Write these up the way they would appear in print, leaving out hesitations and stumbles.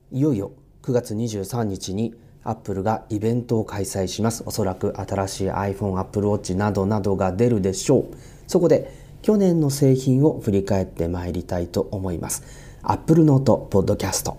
いよいよ9月23日にアップルがイベントを開催します。おそらく新しい iPhone、Apple Watch などなどが出るでしょう。そこで去年の製品を振り返ってまいりたいと思います。アップルノートポッドキャスト。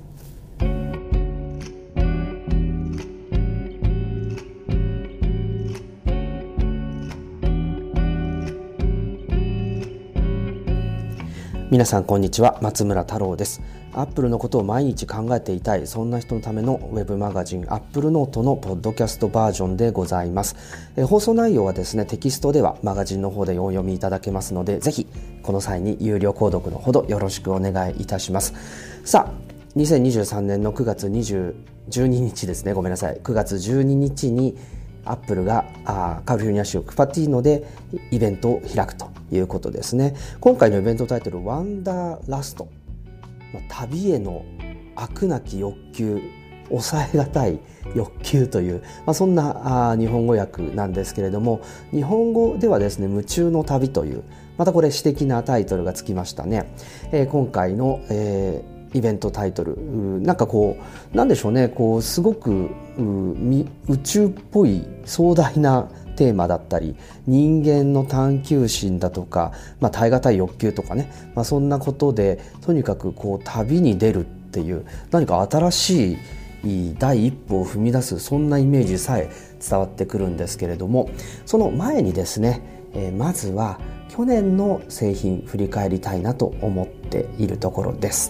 皆さんこんにちは、松村太郎です。アップルのことを毎日考えていたい、そんな人のためのウェブマガジンアップルノートのポッドキャストバージョンでございます。放送内容はですね、テキストではマガジンの方でお読みいただけますので、ぜひこの際に有料購読のほどよろしくお願いいたします。さあ、2023年の9月12日ですね、ごめんなさい、9月12日にアップルがカリフォルニア州クパティーノでイベントを開くということですね。今回のイベントタイトル、ワンダーラスト、旅への飽くなき欲求、抑えがたい欲求という、そんな日本語訳なんですけれども、日本語ではですね、夢中の旅という、またこれ詩的なタイトルがつきましたね。今回の、イベントタイトル、なんかこうなんでしょうね、こうすごく宇宙っぽい壮大なテーマだったり、人間の探求心だとか、耐え難い欲求とかね、そんなことでとにかくこう旅に出るっていう、何か新しい第一歩を踏み出す、そんなイメージさえ伝わってくるんですけれども、その前にですね、まずは去年の製品振り返りたいなと思っているところです。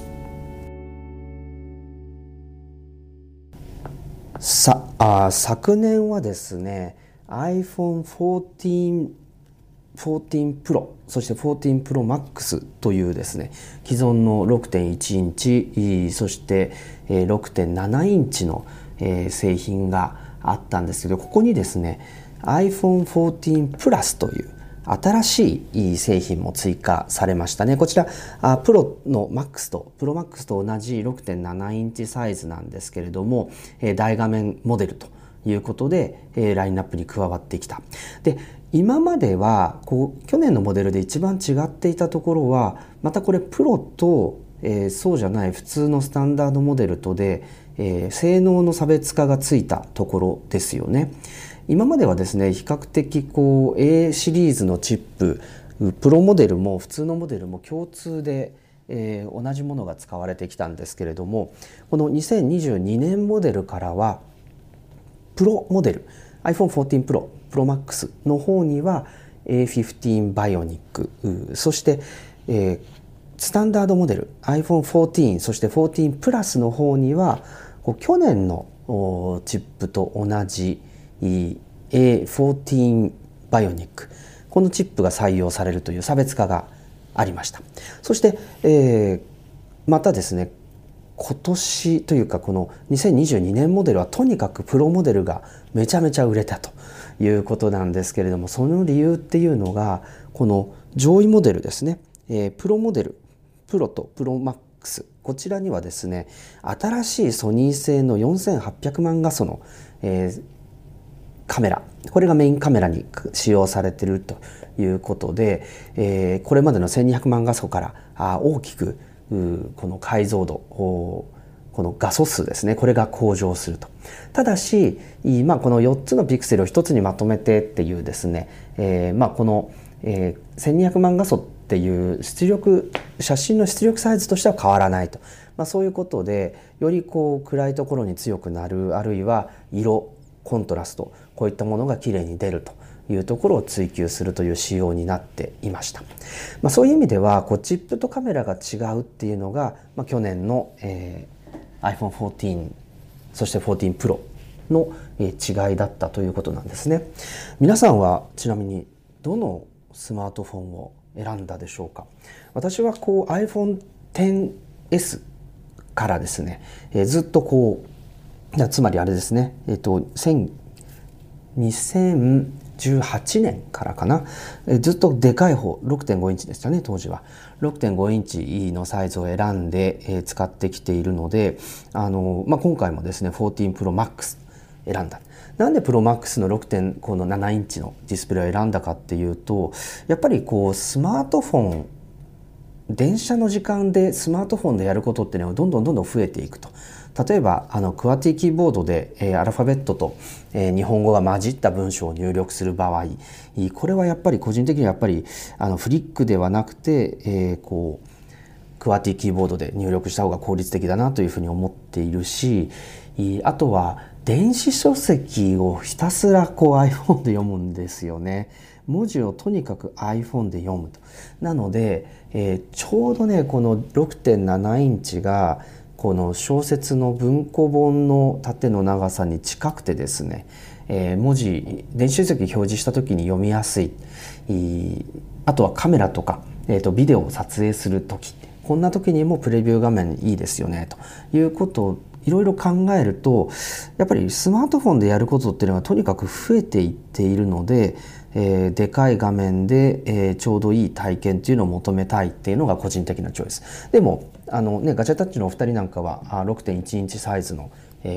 昨年はですね、 iPhone 14 Pro そして14 Pro Max というですね、既存の 6.1 インチそして6.7 インチの製品があったんですけど、ここにですね iPhone 14 Plus という新しい製品も追加されましたね。こちらプロのマックスとプロマックスと同じ 6.7 インチサイズなんですけれども、大画面モデルということでラインナップに加わってきた。で、今までは去年のモデルで一番違っていたところは、またこれプロとそうじゃない普通のスタンダードモデルとで性能の差別化がついたところですよね。今まではですね、比較的A シリーズのチップ、プロモデルも普通のモデルも共通で、同じものが使われてきたんですけれども、この2022年モデルからはプロモデル iPhone 14 Pro、Pro Max の方には A15 バイオニック、そして、スタンダードモデル iPhone 14そして14 Plus の方には去年のチップと同じA14 バイオニック、このチップが採用されるという差別化がありました。そして、またですね、今年というかこの2022年モデルはとにかくプロモデルがめちゃめちゃ売れたということなんですけれども、その理由っていうのがこの上位モデルですね、プロモデル、プロとプロマックス、こちらにはですね、新しいソニー製の4800万画素の、カメラ、これがメインカメラに使用されているということで、これまでの1200万画素から大きくこの解像度、この画素数ですね、これが向上すると。ただし、この4つのピクセルを1つにまとめてっていうですね、この、1200万画素っていう写真の出力サイズとしては変わらないと、そういうことでより暗いところに強くなる、あるいは色、コントラスト、こういったものがきれいに出るというところを追求するという仕様になっていました。そういう意味ではチップとカメラが違うっていうのが、去年の、iPhone 14そして14 Pro の違いだったということなんですね。皆さんはちなみにどのスマートフォンを選んだでしょうか。私はiPhone XS からですね、ずっとつまりあれですね、2018年からかな、ずっとでかい方 6.5 インチでしたね。当時は 6.5 インチのサイズを選んで使ってきているので、今回もですね14 Pro Max 選んだ。なんでプロマックスの 6.7 インチのディスプレイを選んだかっていうと、やっぱりスマートフォン、電車の時間でスマートフォンでやることっていうのはどんどん増えていくと。 例えばクワティキーボードで、アルファベットと、日本語が混じった文章を入力する場合、これはやっぱり個人的にはやっぱりフリックではなくて、クワティキーボードで入力した方が効率的だなというふうに思っているし、あとは電子書籍をひたすらiPhone で読むんですよね。文字をとにかく iPhone で読むと。なので、ちょうどねこの 6.7 インチがこの小説の文庫本の縦の長さに近くてですね、文字電子書籍表示した時に読みやすい。あとはカメラとか、ビデオを撮影する時、こんな時にもプレビュー画面いいですよねということをいろいろ考えると、やっぱりスマートフォンでやることっていうのはとにかく増えていっているので、でかい画面で、ちょうどいい体験っていうのを求めたいっていうのが個人的なチョイスでもガジェタッチのお二人なんかは 6.1 インチサイズの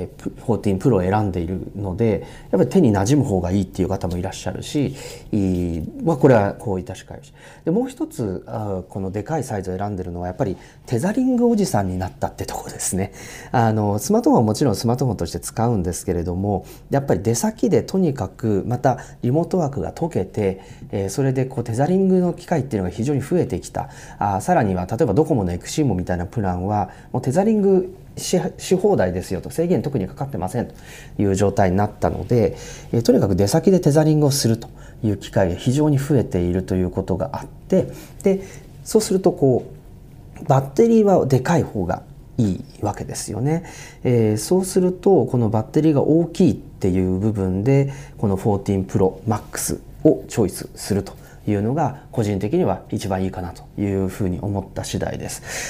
14 Pro を選んでいるので、やっぱり手に馴染む方がいいっていう方もいらっしゃるし、これはこういたしかよしで、もう一つこのでかいサイズを選んでるのはやっぱりテザリングおじさんになったってところですね。スマートフォンはもちろんスマートフォンとして使うんですけれども、やっぱり出先でとにかくまたリモートワークが解けて、それでテザリングの機会っていうのが非常に増えてきた。さらには例えばドコモのエクシーモみたいなプランはもうテザリングし放題ですよと、制限特にかかってませんという状態になったので、とにかく出先でテザリングをするという機会が非常に増えているということがあって、でそうするとバッテリーはでかい方がいいわけですよね。そうするとこのバッテリーが大きいっていう部分でこの14 Pro Max をチョイスするというのが個人的には一番いいかなというふうに思った次第です。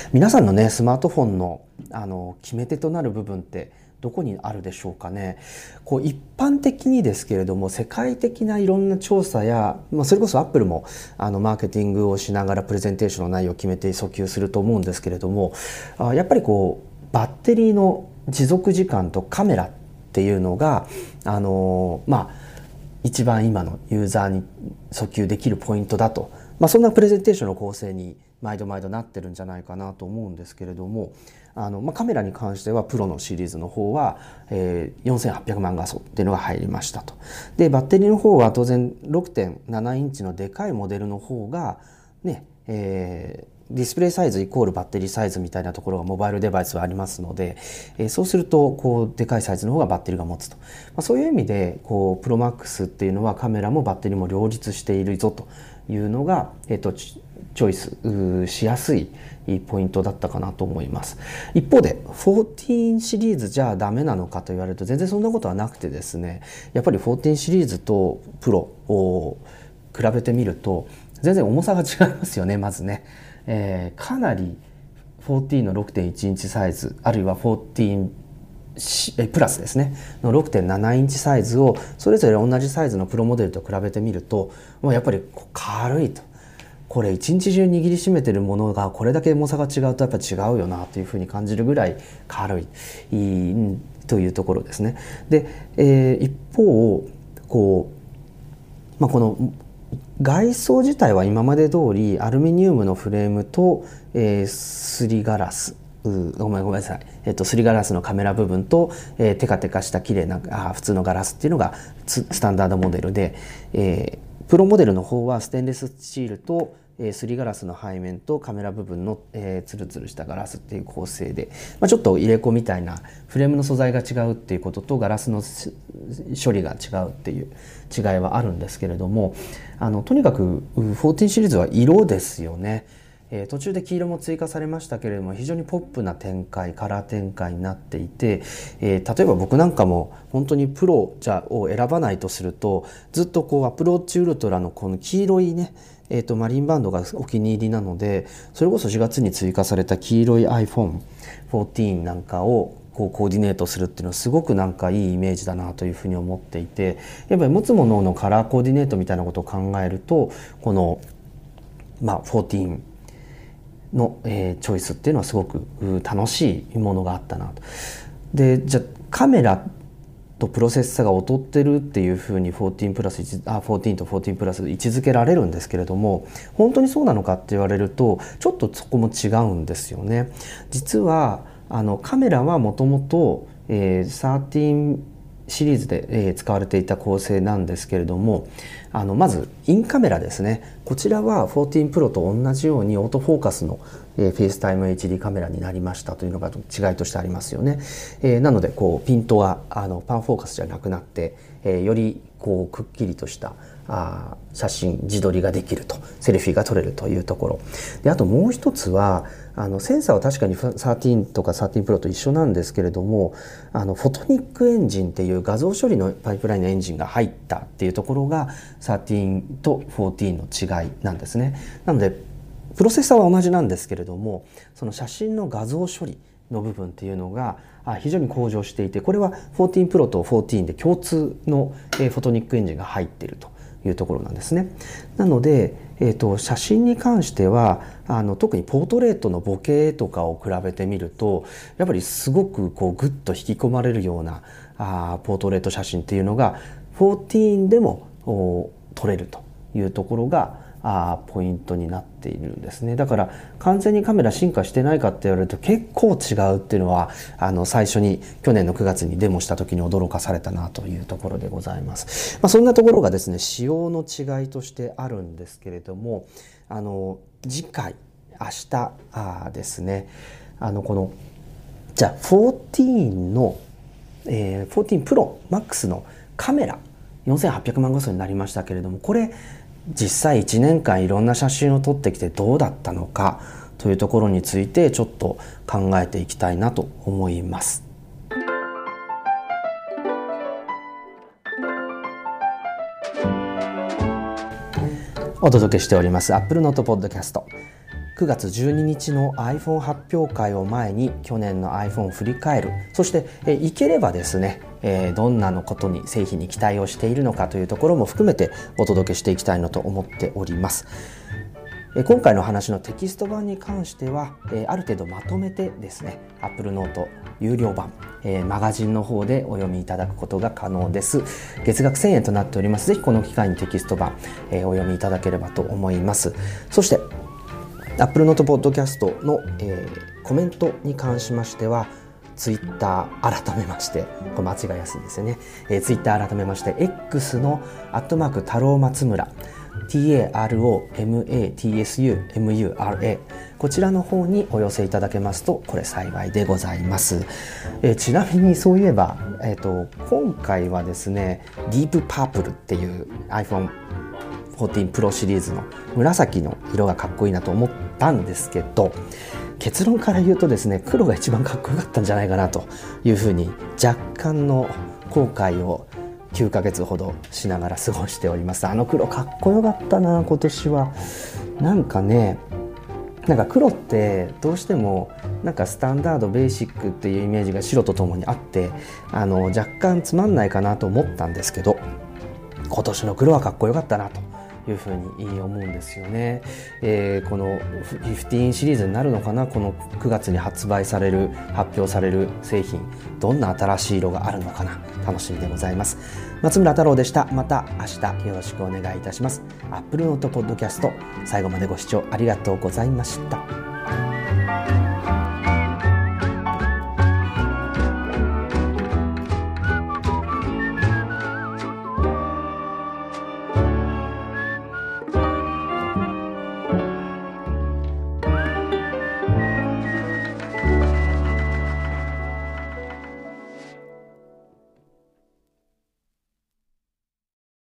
皆さんのねスマートフォンの決め手となる部分ってどこにあるでしょうかね。一般的にですけれども、世界的ないろんな調査や、それこそアップルもマーケティングをしながらプレゼンテーションの内容を決めて訴求すると思うんですけれども、やっぱりバッテリーの持続時間とカメラっていうのが一番今のユーザーに訴求できるポイントだと、そんなプレゼンテーションの構成に毎度なってるんじゃないかなと思うんですけれども、カメラに関してはプロのシリーズの方は、4800万画素っていうのが入りましたと。でバッテリーの方は当然 6.7 インチのでかいモデルの方がね、ディスプレイサイズイコールバッテリーサイズみたいなところがモバイルデバイスはありますので、そうするとでかいサイズの方がバッテリーが持つと、そういう意味でプロマックスっていうのはカメラもバッテリーも両立しているぞというのが、チョイスしやすいポイントだったかなと思います。一方で14シリーズじゃダメなのかと言われると全然そんなことはなくてですね、やっぱり14シリーズとプロを比べてみると全然重さが違いますよね。まずね、かなり14の 6.1 インチサイズ、あるいは14プラスですねの 6.7 インチサイズをそれぞれ同じサイズのプロモデルと比べてみると、やっぱり軽いと、これ一日中握りしめてるものがこれだけ重さが違うとやっぱり違うよなというふうに感じるぐらい軽いというところですね。で、一方この外装自体は今まで通りアルミニウムのフレームと、すりガラスごめんなさい、すりガラスのカメラ部分と、テカテカした綺麗な普通のガラスっていうのがスタンダードモデルで、プロモデルの方はステンレススチールとすりガラスの背面とカメラ部分のツルツルしたガラスっていう構成で、ちょっと入れ子みたいなフレームの素材が違うっていうこととガラスの処理が違うっていう違いはあるんですけれども、とにかく14シリーズは色ですよね。途中で黄色も追加されましたけれども、非常にポップな展開、カラー展開になっていて、例えば僕なんかも本当にプロを選ばないとすると、ずっとアプローチウルトラのこの黄色いね、マリンバンドがお気に入りなので、それこそ4月に追加された黄色い iPhone14 なんかをコーディネートするっていうのはすごくいいイメージだなというふうに思っていて、やっぱり持つもののカラーコーディネートみたいなことを考えると、この、14の、チョイスっていうのはすごく楽しいものがあったなと。でじゃあカメラとプロセッサーが劣ってるっていうふうに14と14プラス位置づけられるんですけれども、本当にそうなのかって言われるとちょっとそこも違うんですよね。実はカメラはもともと13シリーズで使われていた構成なんですけれども、まずインカメラですね。こちらは14 Pro と同じようにオートフォーカスのフェイスタイム HD カメラになりましたというのが違いとしてありますよね。なのでピントはパンフォーカスじゃなくなって、よりくっきりとした写真自撮りができると、セルフィーが撮れるというところで、あともう一つはセンサーは確かに13とか13 Pro と一緒なんですけれども、フォトニックエンジンっていう画像処理のパイプラインのエンジンが入ったっていうところが13と14の違いなんですね。なのでプロセッサーは同じなんですけれども、その写真の画像処理の部分っていうのが非常に向上していて、これは14 Pro と14で共通のフォトニックエンジンが入っているというところなんですね。なので、写真に関しては特にポートレートのボケとかを比べてみると、やっぱりすごくグッと引き込まれるようなポートレート写真っていうのが14でも撮れるというところがポイントになっているんですね。だから完全にカメラ進化してないかって言われると結構違うっていうのは最初に去年の9月にデモした時に驚かされたなというところでございます。そんなところがですね、仕様の違いとしてあるんですけれども、次回明日ですね、じゃあ14の、14 Pro Max のカメラ4800万画素になりましたけれども、これ実際1年間いろんな写真を撮ってきてどうだったのかというところについてちょっと考えていきたいなと思います。お届けしておりますApple Note Podcast。9月12日の iPhone 発表会を前に去年の iPhone を振り返る、そしていければですね、どんなのことに製品に期待をしているのかというところも含めてお届けしていきたいなと思っております。今回の話のテキスト版に関してはある程度まとめてですね、 Apple Note 有料版マガジンの方でお読みいただくことが可能です。月額1000円となっております。ぜひこの機会にテキスト版お読みいただければと思います。そしてApple Note Podcast の、コメントに関しましてはツイッター改めまして、これ間違いやすいんですよね、ツイッター改めまして X の@太郎松村 TAROMATSUMURA こちらの方にお寄せいただけますとこれ幸いでございます。ちなみにそういえば、今回はですねディープパープルっていう iPhone 14 Pro シリーズの紫の色がかっこいいなと思ったんですけど、結論から言うとですね、黒が一番かっこよかったんじゃないかなというふうに若干の後悔を9ヶ月ほどしながら過ごしております。黒かっこよかったな今年は。なんか黒ってどうしてもスタンダードベーシックっていうイメージが白とともにあって若干つまんないかなと思ったんですけど、今年の黒はかっこよかったなというふうに思うんですよね。この15シリーズになるのかな、この9月に発表される製品、どんな新しい色があるのかな、楽しみでございます。松村太郎でした。また明日よろしくお願いいたします。Apple Note Podcast、最後までご視聴ありがとうございました。